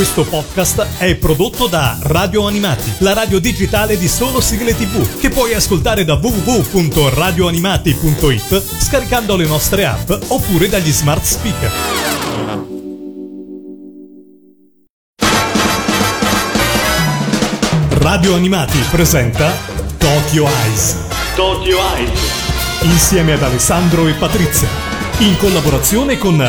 Questo podcast è prodotto da Radio Animati, la radio digitale di solo sigle TV, che puoi ascoltare da www.radioanimati.it scaricando le nostre app oppure dagli smart speaker. Radio Animati presenta Tokyo Eyes. Tokyo Eyes. Insieme ad Alessandro e Patrizia, in collaborazione con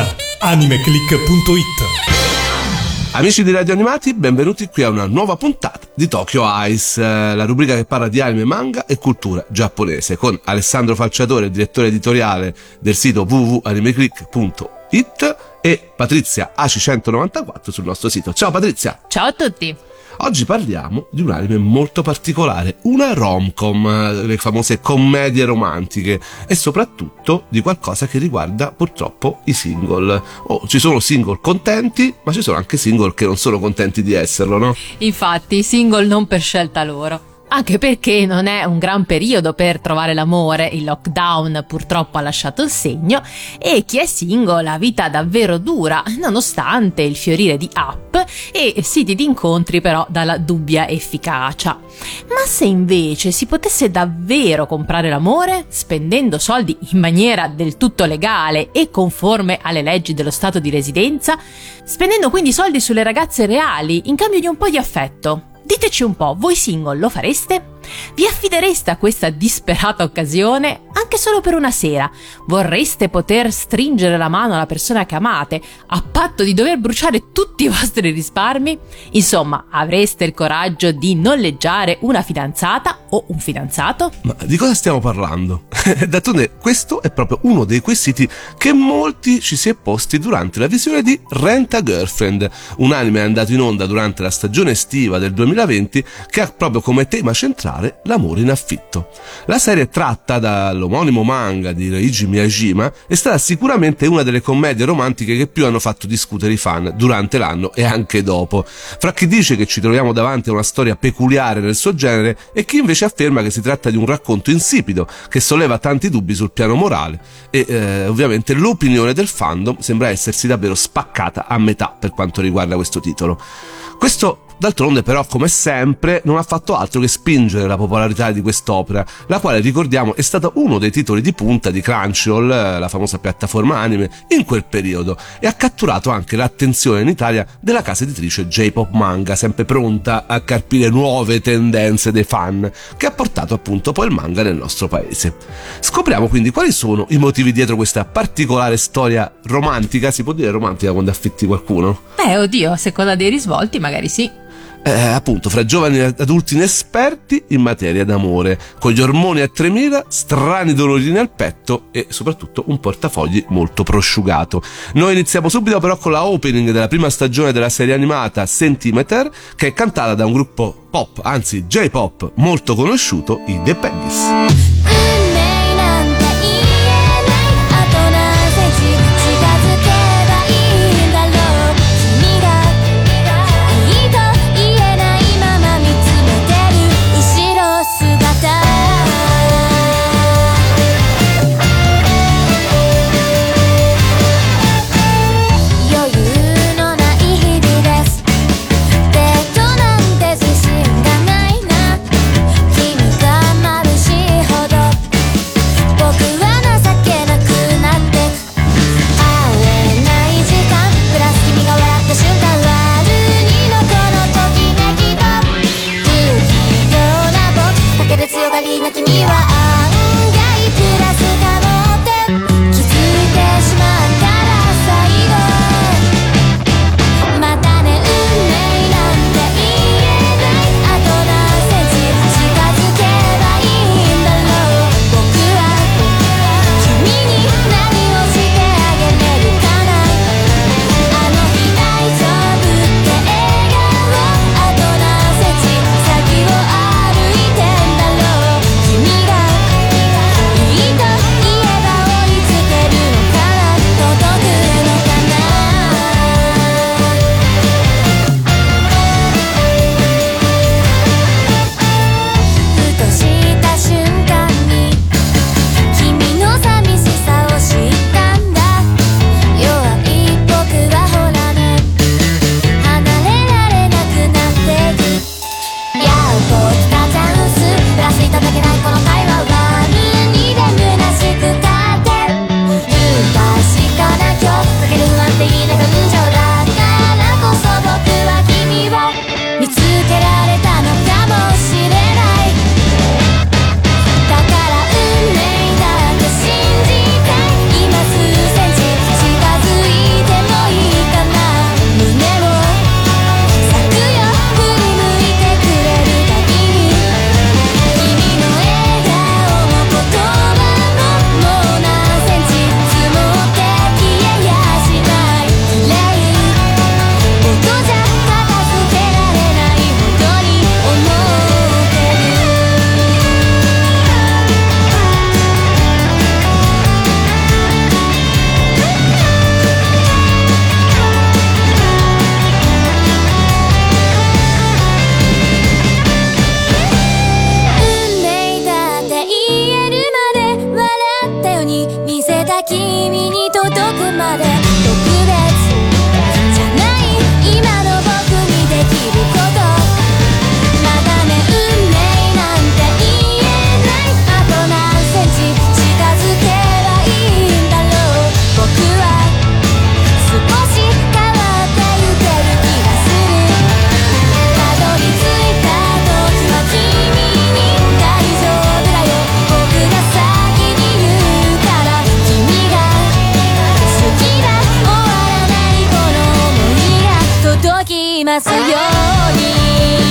animeclick.it. Amici di Radio Animati, benvenuti qui a una nuova puntata di Tokyo Eyes, la rubrica che parla di anime, manga e cultura giapponese, con Alessandro Falciatore, direttore editoriale del sito www.animeclick.it, e Patrizia Aci194 sul nostro sito. Ciao Patrizia! Ciao a tutti! Oggi parliamo di un anime molto particolare, una rom-com, le famose commedie romantiche, e soprattutto di qualcosa che riguarda purtroppo i single. Ci sono single contenti, ma ci sono anche single che non sono contenti di esserlo, no? Infatti, i single non per scelta loro. Anche perché non è un gran periodo per trovare l'amore, il lockdown purtroppo ha lasciato il segno e chi è single ha vita davvero dura, nonostante il fiorire di app e siti di incontri però dalla dubbia efficacia. Ma se invece si potesse davvero comprare l'amore, spendendo soldi in maniera del tutto legale e conforme alle leggi dello stato di residenza, spendendo quindi soldi sulle ragazze reali in cambio di un po' di affetto, diteci un po', voi single lo fareste? Vi affidereste a questa disperata occasione anche solo per una sera? Vorreste poter stringere la mano alla persona che amate a patto di dover bruciare tutti i vostri risparmi? Insomma, avreste il coraggio di noleggiare una fidanzata o un fidanzato? Ma di cosa stiamo parlando? D'altronde questo è proprio uno dei quesiti che molti ci si è posti durante la visione di Rent a Girlfriend, un anime andato in onda durante la stagione estiva del 2020 che ha proprio come tema centrale l'amore in affitto. La serie, tratta dall'omonimo manga di Reiji Miyajima, è stata sicuramente una delle commedie romantiche che più hanno fatto discutere i fan durante l'anno e anche dopo. Fra chi dice che ci troviamo davanti a una storia peculiare nel suo genere e chi invece afferma che si tratta di un racconto insipido che solleva tanti dubbi sul piano morale, e ovviamente l'opinione del fandom sembra essersi davvero spaccata a metà per quanto riguarda questo titolo. Questo d'altronde però, come sempre, non ha fatto altro che spingere la popolarità di quest'opera, la quale, ricordiamo, è stata uno dei titoli di punta di Crunchyroll, la famosa piattaforma anime, in quel periodo, e ha catturato anche l'attenzione in Italia della casa editrice J-Pop Manga, sempre pronta a carpire nuove tendenze dei fan, che ha portato appunto poi il manga nel nostro paese. Scopriamo quindi quali sono i motivi dietro questa particolare storia romantica. Si può dire romantica quando affitti qualcuno? Oddio, a seconda dei risvolti magari sì. Appunto, fra giovani adulti inesperti in materia d'amore, con gli ormoni a 3000, strani dolorini al petto e soprattutto un portafogli molto prosciugato. Noi iniziamo subito però con la opening della prima stagione della serie animata Centimeter, che è cantata da un gruppo pop, anzi J-pop molto conosciuto, i The Peggies. にますように。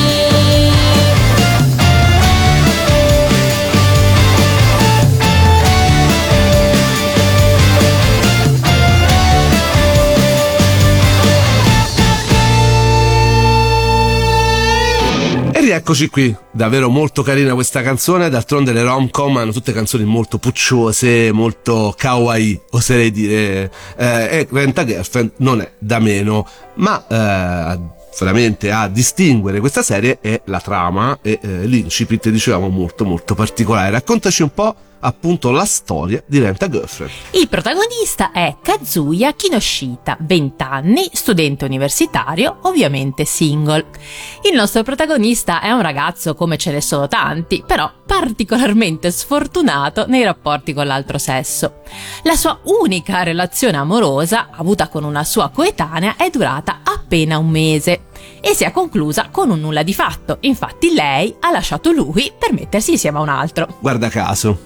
E rieccoci qui, davvero molto carina questa canzone, d'altronde le rom-com hanno tutte canzoni molto pucciose, molto kawaii, oserei dire, e Rent a Girlfriend non è da meno, ma veramente a distinguere questa serie è la trama e l'incipit, dicevamo, molto molto particolare. Raccontaci un po' appunto la storia di Rent a Girlfriend. Il protagonista è Kazuya Kinoshita, 20 anni, studente universitario, ovviamente single. Il nostro protagonista è un ragazzo come ce ne sono tanti, però particolarmente sfortunato nei rapporti con l'altro sesso. La sua unica relazione amorosa, avuta con una sua coetanea, è durata appena un mese e si è conclusa con un nulla di fatto. Infatti lei ha lasciato lui per mettersi insieme a un altro. Guarda caso.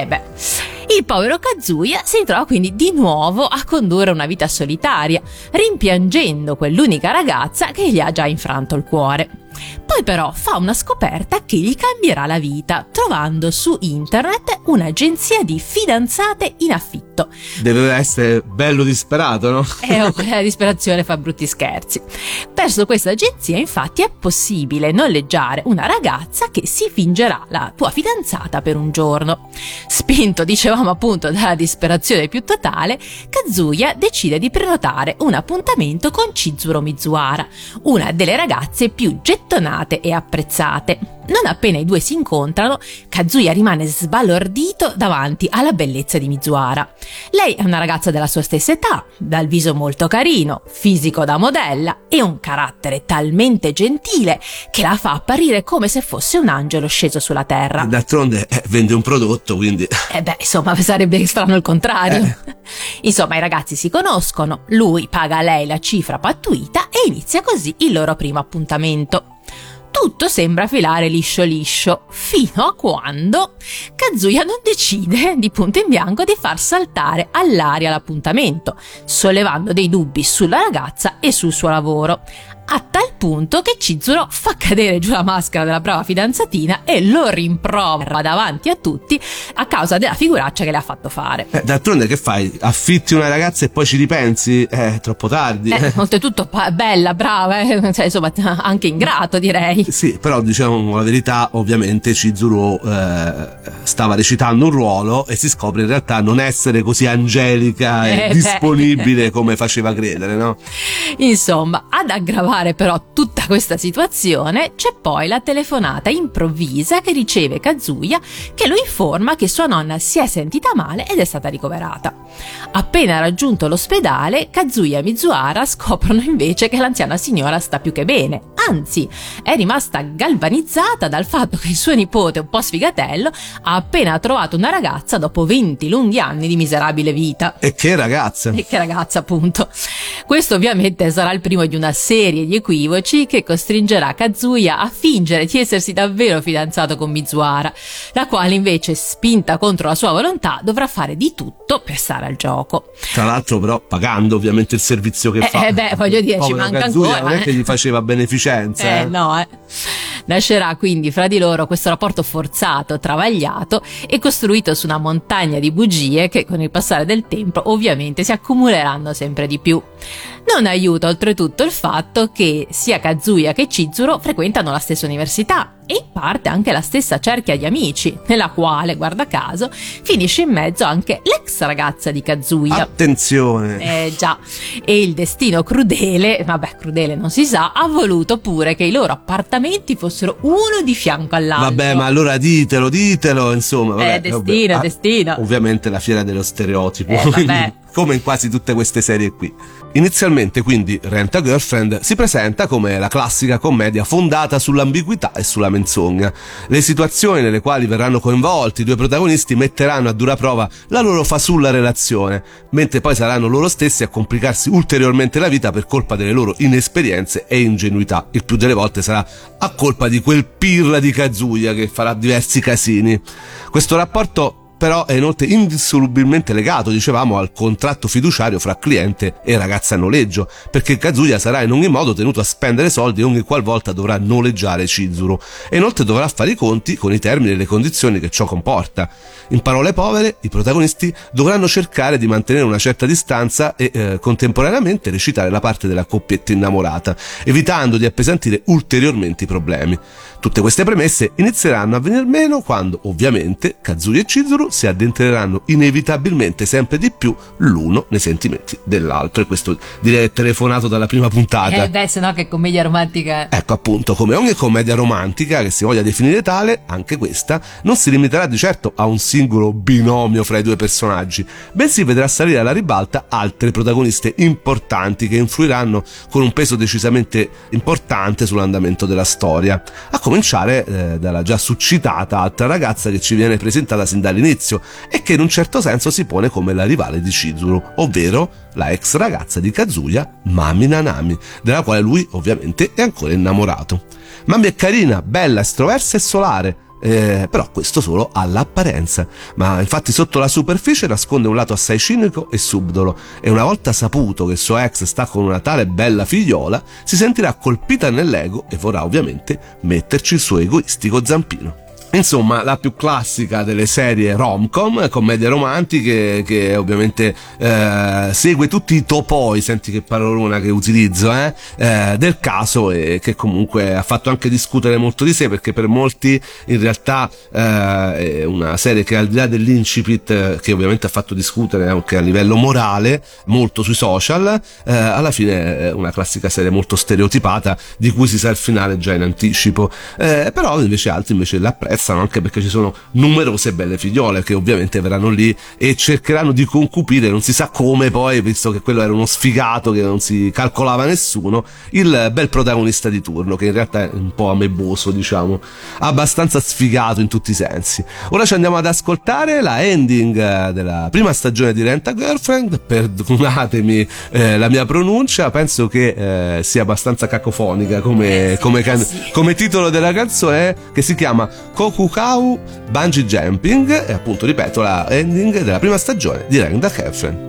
Il povero Kazuya si ritrova quindi di nuovo a condurre una vita solitaria, rimpiangendo quell'unica ragazza che gli ha già infranto il cuore. Poi però fa una scoperta che gli cambierà la vita, trovando su internet un'agenzia di fidanzate in affitto. Deve essere bello disperato, no? La disperazione fa brutti scherzi. Presso questa agenzia infatti è possibile noleggiare una ragazza che si fingerà la tua fidanzata per un giorno. Spinto, dicevamo appunto, dalla disperazione più totale, Kazuya decide di prenotare un appuntamento con Chizuru Mizuhara, una delle ragazze più gettonate e apprezzate. Non appena i due si incontrano, Kazuya rimane sbalordito davanti alla bellezza di Mizuhara. Lei è una ragazza della sua stessa età, dal viso molto carino, fisico da modella e un carattere talmente gentile che la fa apparire come se fosse un angelo sceso sulla terra. D'altronde vende un prodotto, quindi... insomma, sarebbe strano il contrario. Insomma, i ragazzi si conoscono, lui paga a lei la cifra pattuita e inizia così il loro primo appuntamento. Tutto sembra filare liscio liscio, fino a quando Kazuya non decide di punto in bianco di far saltare all'aria l'appuntamento, sollevando dei dubbi sulla ragazza e sul suo lavoro, a tal punto che Chizuru fa cadere giù la maschera della brava fidanzatina e lo rimprovera davanti a tutti a causa della figuraccia che le ha fatto fare. D'altronde che fai? Affitti una ragazza e poi ci ripensi? È troppo tardi. Oltretutto bella, brava, cioè, insomma anche ingrato, direi. Sì, però diciamo la verità, ovviamente Chizuru stava recitando un ruolo e si scopre in realtà non essere così angelica e disponibile come faceva credere, no? Insomma, ad aggravare però tutta questa situazione c'è poi la telefonata improvvisa che riceve Kazuya, che lo informa che sua nonna si è sentita male ed è stata ricoverata. Appena raggiunto l'ospedale, Kazuya e Mizuhara scoprono invece che l'anziana signora sta più che bene, anzi è rimasta galvanizzata dal fatto che il suo nipote, un po' sfigatello, ha appena trovato una ragazza dopo 20 lunghi anni di miserabile vita. E che ragazza! E che ragazza, appunto. Questo ovviamente sarà il primo di una serie di equivoci che costringerà Kazuya a fingere di essersi davvero fidanzato con Mizuhara, la quale invece, spinta contro la sua volontà, dovrà fare di tutto per stare al gioco. Tra l'altro però pagando ovviamente il servizio che fa. Voglio dire, ci manca Kazuya ancora. Non è che gli faceva beneficenza. No. Nascerà quindi fra di loro questo rapporto forzato, travagliato e costruito su una montagna di bugie che con il passare del tempo ovviamente si accumuleranno sempre di più. Non aiuta oltretutto il fatto che sia Kazuya che Chizuru frequentano la stessa università e in parte anche la stessa cerchia di amici, nella quale, guarda caso, finisce in mezzo anche l'ex ragazza di Kazuya. Attenzione! Già, e il destino crudele non si sa, ha voluto pure che i loro appartamenti fossero uno di fianco all'altro. Vabbè, ma allora ditelo, insomma. Vabbè, destino. Ovviamente la fiera dello stereotipo, vabbè. Come in quasi tutte queste serie qui. Inizialmente quindi Rent a Girlfriend si presenta come la classica commedia fondata sull'ambiguità e sulla menzogna. Le situazioni nelle quali verranno coinvolti i due protagonisti metteranno a dura prova la loro fasulla relazione, mentre poi saranno loro stessi a complicarsi ulteriormente la vita per colpa delle loro inesperienze e ingenuità. Il più delle volte sarà a colpa di quel pirla di Kazuya che farà diversi casini. Questo rapporto però è inoltre indissolubilmente legato, dicevamo, al contratto fiduciario fra cliente e ragazza a noleggio, perché Kazuya sarà in ogni modo tenuto a spendere soldi ogni qualvolta dovrà noleggiare Chizuru, e inoltre dovrà fare i conti con i termini e le condizioni che ciò comporta. In parole povere, i protagonisti dovranno cercare di mantenere una certa distanza e contemporaneamente recitare la parte della coppietta innamorata, evitando di appesantire ulteriormente i problemi. Tutte queste premesse inizieranno a venir meno quando, ovviamente, Kazuya e Chizuru si addentreranno inevitabilmente sempre di più l'uno nei sentimenti dell'altro, e questo direi è telefonato dalla prima puntata. Se no che commedia romantica è. Ecco, appunto, come ogni commedia romantica che si voglia definire tale, anche questa non si limiterà di certo a un singolo binomio fra i due personaggi, bensì vedrà salire alla ribalta altre protagoniste importanti che influiranno con un peso decisamente importante sull'andamento della storia, a cominciare dalla già succitata altra ragazza che ci viene presentata sin dall'inizio e che in un certo senso si pone come la rivale di Chizuru, ovvero la ex ragazza di Kazuya, Mami Nanami, della quale lui ovviamente è ancora innamorato. Mami è carina, bella, estroversa e solare, però questo solo all'apparenza, ma infatti sotto la superficie nasconde un lato assai cinico e subdolo, e una volta saputo che il suo ex sta con una tale bella figliola si sentirà colpita nell'ego e vorrà ovviamente metterci il suo egoistico zampino. Insomma, la più classica delle serie rom-com, commedie romantiche, che ovviamente segue tutti i topoi, senti che parolona che utilizzo, del caso, e che comunque ha fatto anche discutere molto di sé, perché per molti in realtà è una serie che, al di là dell'incipit che ovviamente ha fatto discutere anche a livello morale molto sui social, alla fine è una classica serie molto stereotipata di cui si sa il finale già in anticipo, però invece altri l'apprezzano, anche perché ci sono numerose belle figliole che ovviamente verranno lì e cercheranno di concupire, non si sa come, poi, visto che quello era uno sfigato che non si calcolava nessuno, il bel protagonista di turno, che in realtà è un po' ameboso, diciamo, abbastanza sfigato in tutti i sensi. Ora ci andiamo ad ascoltare la ending della prima stagione di Rent a Girlfriend. Perdonatemi la mia pronuncia, penso che sia abbastanza cacofonica come titolo della canzone, che si chiama Kokukau Bungee Jumping, e appunto, ripeto, la ending della prima stagione di Rent a Girlfriend.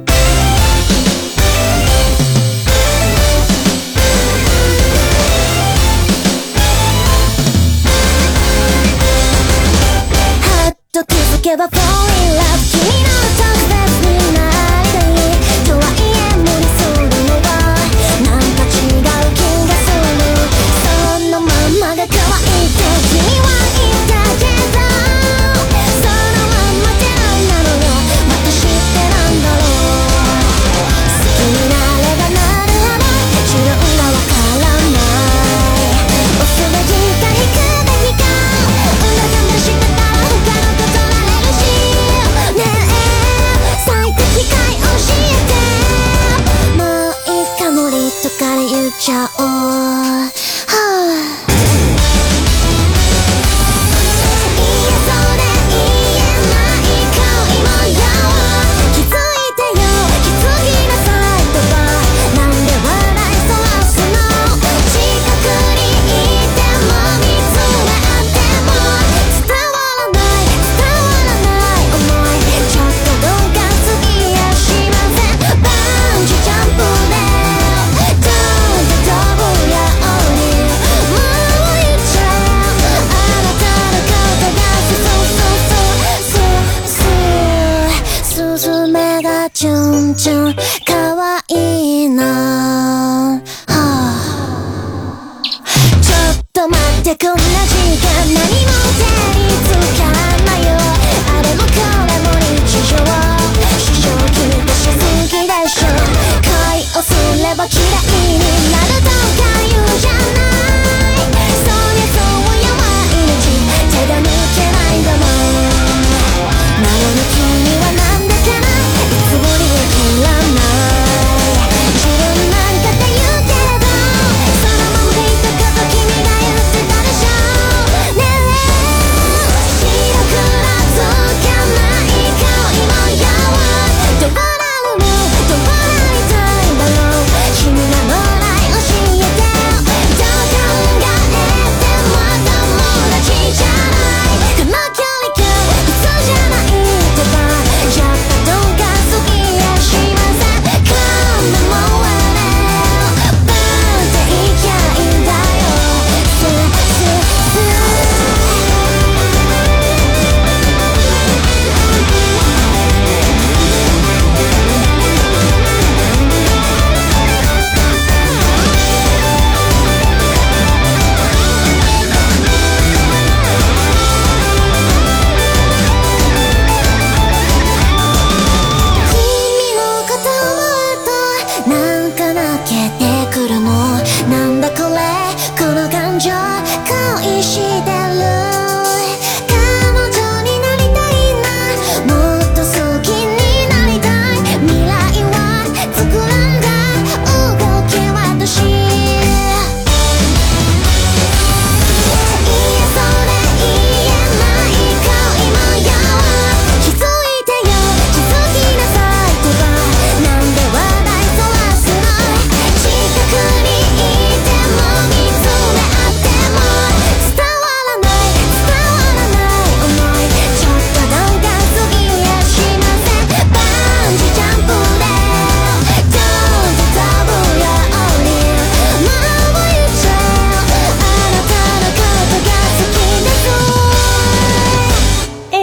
「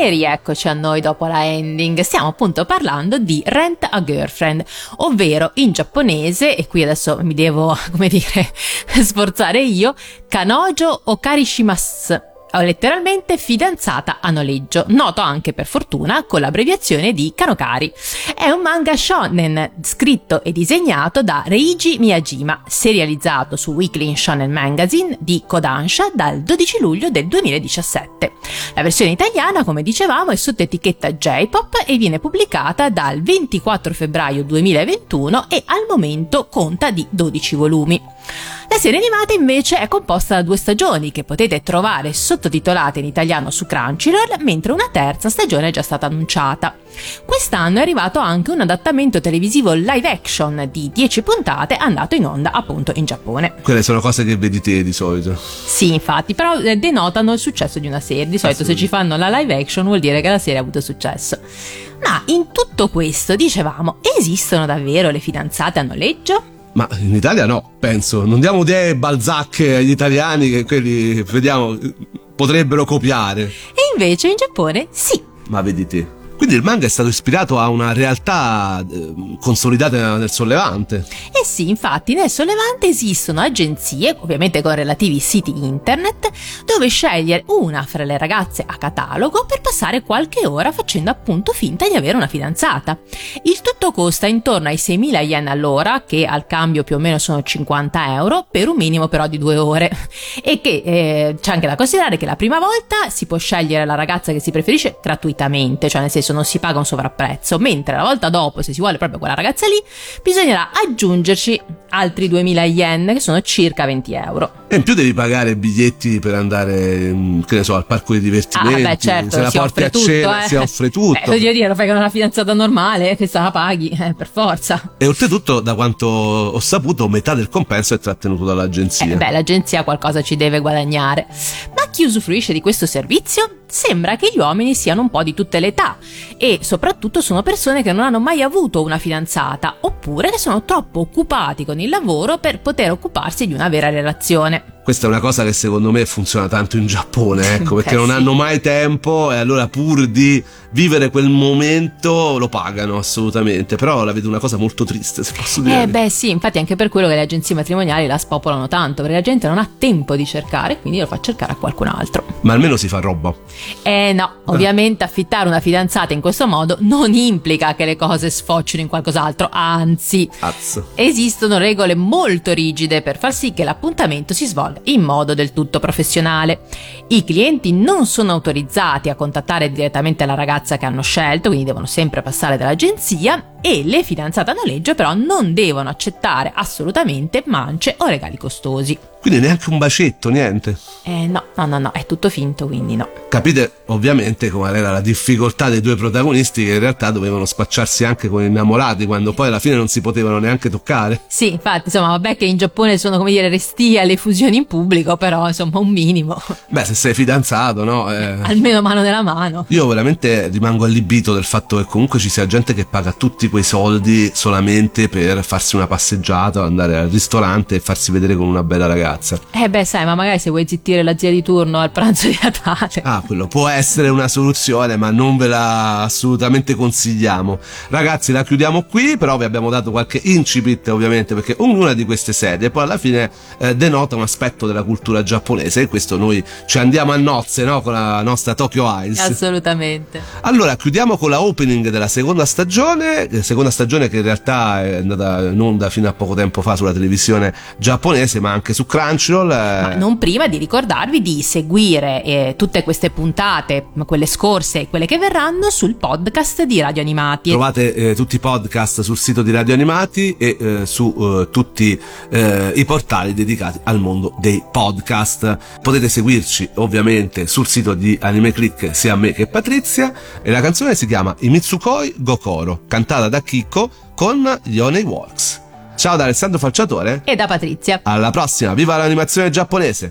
E rieccoci a noi dopo la ending. Stiamo appunto parlando di Rent a Girlfriend, ovvero in giapponese, e qui adesso mi devo, come dire, sforzare io, Kanojo o Karishimasu, o letteralmente fidanzata a noleggio, noto anche per fortuna con l'abbreviazione di Kanokari. È un manga shonen scritto e disegnato da Reiji Miyajima, serializzato su Weekly Shonen Magazine di Kodansha dal 12 luglio del 2017. La versione italiana, come dicevamo, è sotto etichetta J-Pop e viene pubblicata dal 24 febbraio 2021 e al momento conta di 12 volumi. La serie animata invece è composta da 2 stagioni che potete trovare sottotitolate in italiano su Crunchyroll, mentre una terza stagione è già stata annunciata. Quest'anno è arrivato anche un adattamento televisivo live action di 10 puntate andato in onda appunto in Giappone. Quelle sono cose che vedi te di solito. Sì, infatti, però denotano il successo di una serie. Di solito se ci fanno la live action vuol dire che la serie ha avuto successo. Ma in tutto questo, dicevamo, esistono davvero le fidanzate a noleggio? Ma in Italia no, penso. Non diamo idee balzacche agli italiani che quelli, vediamo, potrebbero copiare. E invece in Giappone sì. Ma vedi te. Quindi il manga è stato ispirato a una realtà consolidata nel Sollevante. Eh sì, infatti nel Sollevante esistono agenzie, ovviamente con relativi siti internet, dove scegliere una fra le ragazze a catalogo per passare qualche ora facendo appunto finta di avere una fidanzata. Il tutto costa intorno ai 6.000 yen all'ora, che al cambio più o meno sono 50 euro, per un minimo però di 2 ore. E che c'è anche da considerare che la prima volta si può scegliere la ragazza che si preferisce gratuitamente, cioè nel senso non si paga un sovrapprezzo, mentre la volta dopo, se si vuole proprio quella ragazza lì, bisognerà aggiungerci altri 2.000 yen, che sono circa 20 euro. E in più devi pagare biglietti per andare, che ne so, al parco dei divertimenti. Ah, beh, certo, se la porti a cena si offre tutto. Voglio dire, lo fai con una fidanzata normale, questa la paghi, per forza. E oltretutto, da quanto ho saputo, metà del compenso è trattenuto dall'agenzia. L'agenzia qualcosa ci deve guadagnare. Ma chi usufruisce di questo servizio? Sembra che gli uomini siano un po' di tutte le età e soprattutto sono persone che non hanno mai avuto una fidanzata oppure che sono troppo occupati con il lavoro per poter occuparsi di una vera relazione. Questa è una cosa che secondo me funziona tanto in Giappone, ecco, perché non hanno mai tempo e allora pur di vivere quel momento lo pagano assolutamente, però la vedo una cosa molto triste, se posso dire. Sì, infatti anche per quello che le agenzie matrimoniali la spopolano tanto, perché la gente non ha tempo di cercare, quindi lo fa cercare a qualcun altro. Ma almeno si fa roba. No, ovviamente affittare una fidanzata in questo modo non implica che le cose sfoccino in qualcos'altro, anzi, esistono regole molto rigide per far sì che l'appuntamento si svolga in modo del tutto professionale. I clienti non sono autorizzati a contattare direttamente la ragazza che hanno scelto, quindi devono sempre passare dall'agenzia, e le fidanzate a noleggio però non devono accettare assolutamente mance o regali costosi. Quindi neanche un bacetto, niente? No, è tutto finto, quindi no. Capite ovviamente qual era la difficoltà dei 2 protagonisti, che in realtà dovevano spacciarsi anche con innamorati, quando poi alla fine non si potevano neanche toccare. Sì, infatti, insomma, vabbè che in Giappone sono, come dire, restii alle fusioni in pubblico, però insomma un minimo. Beh, se sei fidanzato, no? Almeno mano nella mano. Io veramente rimango allibito del fatto che comunque ci sia gente che paga tutti quei soldi solamente per farsi una passeggiata, andare al ristorante e farsi vedere con una bella ragazza. Sai, ma magari se vuoi zittire la zia di turno al pranzo di Natale. Quello può essere una soluzione, ma non ve la assolutamente consigliamo. Ragazzi, la chiudiamo qui, però vi abbiamo dato qualche incipit, ovviamente, perché ognuna di queste serie poi alla fine denota un aspetto della cultura giapponese, e questo noi ci andiamo a nozze, no? Con la nostra Tokyo Eyes. Assolutamente. Allora, chiudiamo con la opening della seconda stagione che in realtà è andata in onda fino a poco tempo fa sulla televisione giapponese, ma anche su Crunchyroll. Ma non prima di ricordarvi di seguire tutte queste puntate, quelle scorse e quelle che verranno, sul podcast di Radio Animati. Trovate tutti i podcast sul sito di Radio Animati e su tutti i portali dedicati al mondo dei podcast. Potete seguirci ovviamente sul sito di Anime Click, sia a me che Patrizia, e la canzone si chiama I Mitsukoi Gokoro, cantata da Kikko con gli Oney Works. Ciao da Alessandro Falciatore e da Patrizia. Alla prossima, viva l'animazione giapponese.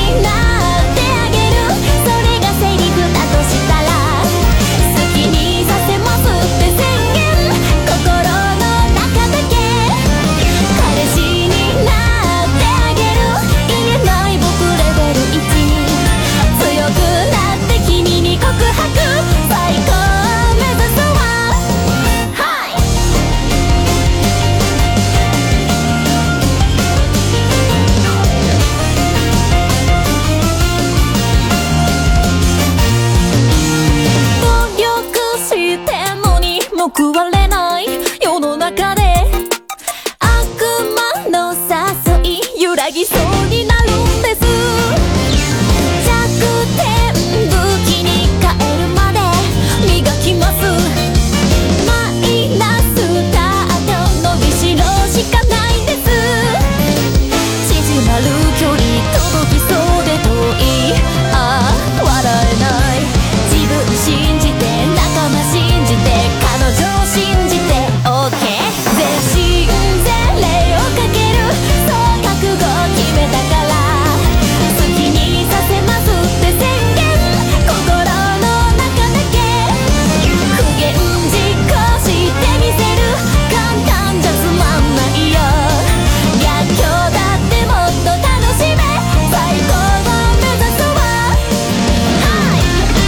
になってあげる、それがセリフだとしたら、好きにさせますって宣言、心の中だけ。彼氏になってあげる、言えない僕レベル1、強くなって君に告白、最高目指すわ。はい。努力してんのに報われない世の中で、悪魔の誘い揺らぎそうになるんです。弱点武器に変えるまで磨きます。マイナススタート、伸びしろしかないんです。縮まる距離届きそうで遠い、ああ笑えない。自分信じて仲間信じて彼女信じて OK、 全身全霊をかける、そう覚悟を決めたから、好きにさせますって宣言、心の中だけ。不言実行してみせる、簡単じゃつまんないよ。逆境だってもっと楽しめ、最高を目指すわ。はい。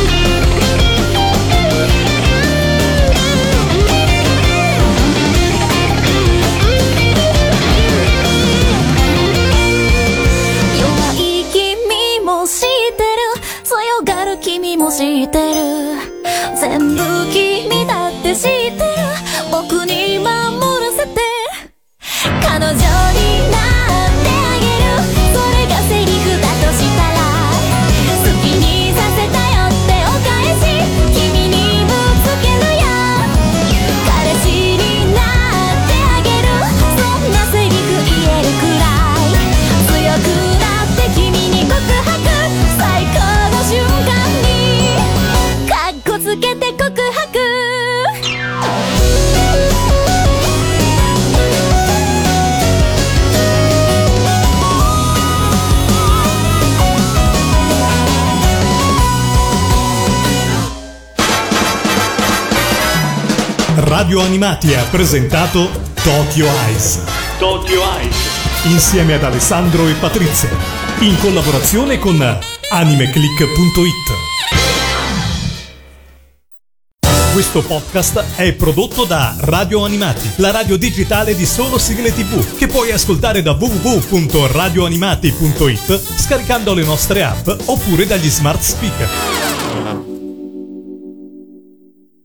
弱い君も知ってる、強がる君も知ってる、全部君だって知ってる、僕に守らせて。彼女になってあげる、それがセリフだとしたら、好きにさせたよってお返し、君にぶつけるよ。彼氏になってあげる、そんなセリフ言えるくらい、強くなって君に告白、最高の瞬間にカッコつけて告白。 Radio Animati ha presentato Tokyo Eyes. Tokyo Eyes. Insieme ad Alessandro e Patrizia. In collaborazione con animeclick.it. Questo podcast è prodotto da Radio Animati, la radio digitale di solo sigle TV, che puoi ascoltare da www.radioanimati.it scaricando le nostre app oppure dagli smart speaker.